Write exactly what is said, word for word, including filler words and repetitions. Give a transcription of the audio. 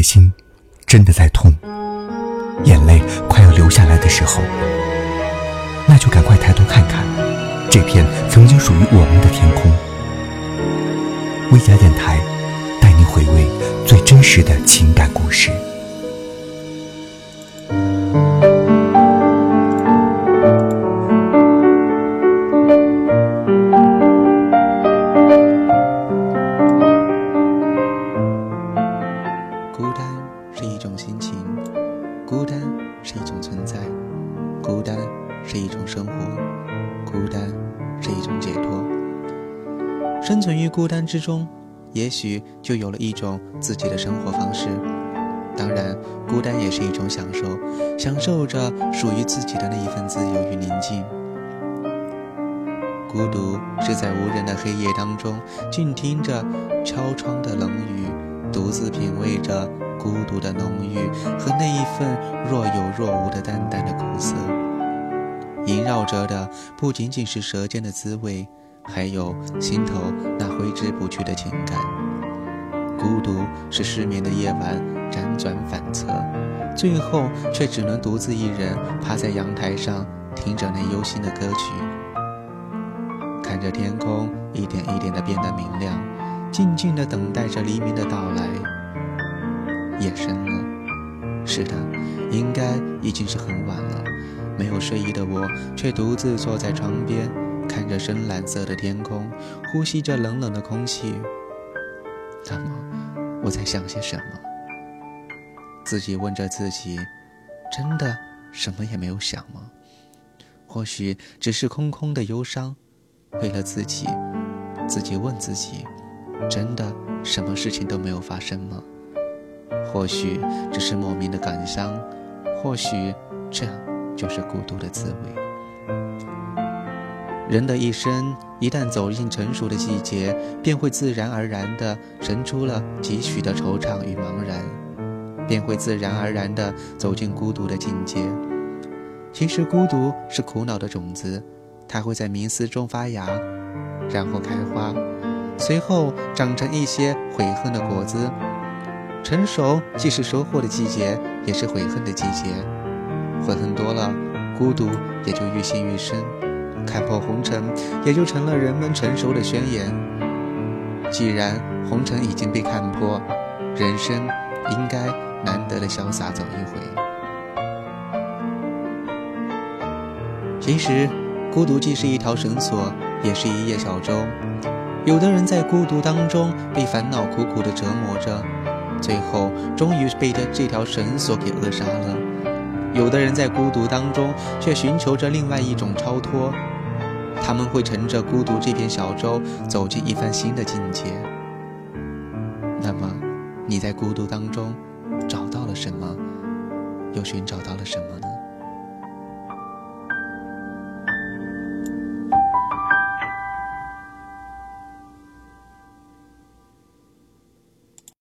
的心真的在痛，眼泪快要流下来的时候，那就赶快抬头看看这片曾经属于我们的天空。微家电台带你回味最真实的情感故事。 孤单是一种心情，孤单是一种存在，孤单是一种生活，孤单是一种解脱。生存于孤单之中，也许就有了一种自己的生活方式。当然，孤单也是一种享受，享受着属于自己的那一份自由与宁静。孤独是在无人的黑夜当中，静听着敲窗的冷雨，独自品味着孤独的浓郁和那一份若有若无的淡淡的苦涩。萦绕着的不仅仅是舌尖的滋味，还有心头那挥之不去的情感。孤独是失眠的夜晚辗转反侧，最后却只能独自一人趴在阳台上，听着那忧心的歌曲，看着天空一点一点地变得明亮，静静地等待着黎明的到来。夜深了，是的，应该已经是很晚了。没有睡意的我，却独自坐在床边，看着深蓝色的天空，呼吸着冷冷的空气。那么，我在想些什么？自己问着自己，真的什么也没有想吗？或许只是空空的忧伤。为了自己，自己问自己，真的什么事情都没有发生吗？或许只是莫名的感伤，或许这就是孤独的滋味。人的一生一旦走进成熟的季节，便会自然而然地生出了几许的惆怅与茫然，便会自然而然地走进孤独的境界。其实孤独是苦恼的种子，它会在冥思中发芽，然后开花，随后长成一些悔恨的果子。成熟既是收获的季节，也是悔恨的季节。悔恨多了，孤独也就愈陷愈深，看破红尘也就成了人们成熟的宣言。既然红尘已经被看破，人生应该难得的潇洒走一回。其实孤独既是一条绳索，也是一叶小舟。有的人在孤独当中被烦恼苦苦地折磨着，最后终于被这条绳索给扼杀了。有的人在孤独当中却寻求着另外一种超脱，他们会乘着孤独这片小舟走进一番新的境界。那么你在孤独当中找到了什么，又寻找到了什么呢？